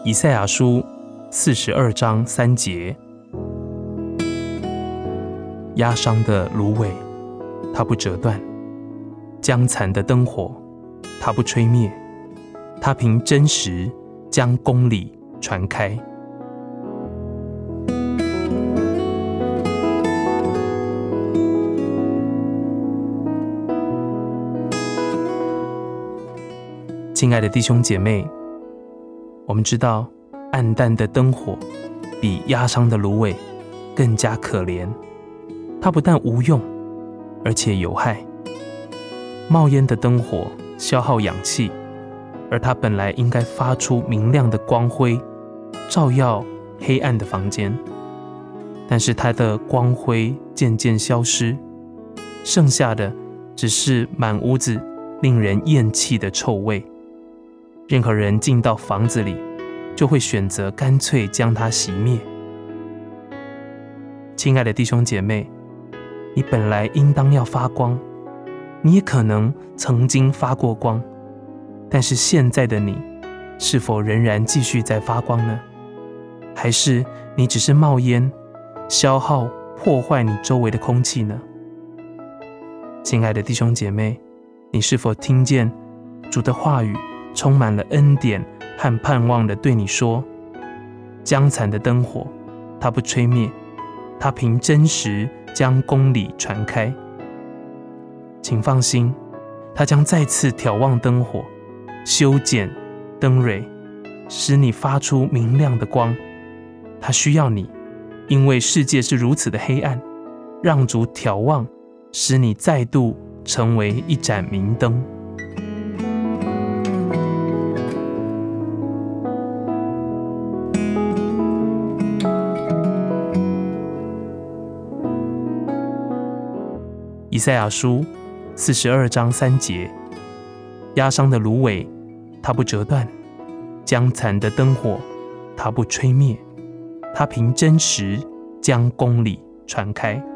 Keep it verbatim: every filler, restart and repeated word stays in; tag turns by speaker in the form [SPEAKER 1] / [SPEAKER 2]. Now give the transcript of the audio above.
[SPEAKER 1] 以赛亚书四十二章三节，压伤的芦苇，它不折断；将残的灯火，它不吹灭。它凭真实将公理传开。亲爱的弟兄姐妹，我们知道暗淡的灯火比压伤的芦苇更加可怜，它不但无用，而且有害。冒烟的灯火消耗氧气，而它本来应该发出明亮的光辉，照耀黑暗的房间，但是它的光辉渐渐消失，剩下的只是满屋子令人厌弃的臭味。任何人进到房子里，就会选择干脆将它熄灭。亲爱的弟兄姐妹，你本来应当要发光，你也可能曾经发过光，但是现在的你，是否仍然继续在发光呢？还是你只是冒烟，消耗、破坏你周围的空气呢？亲爱的弟兄姐妹，你是否听见主的话语充满了恩典和盼望的对你说，将残的灯火，它不吹灭，它凭真实将公理传开。请放心，它将再次挑旺灯火，修剪灯蕊，使你发出明亮的光。它需要你，因为世界是如此的黑暗，让主挑旺，使你再度成为一盏明灯。以赛亚书四十二章三节，压伤的芦苇，它不折断；将残的灯火，它不吹灭。它凭真实将公理传开。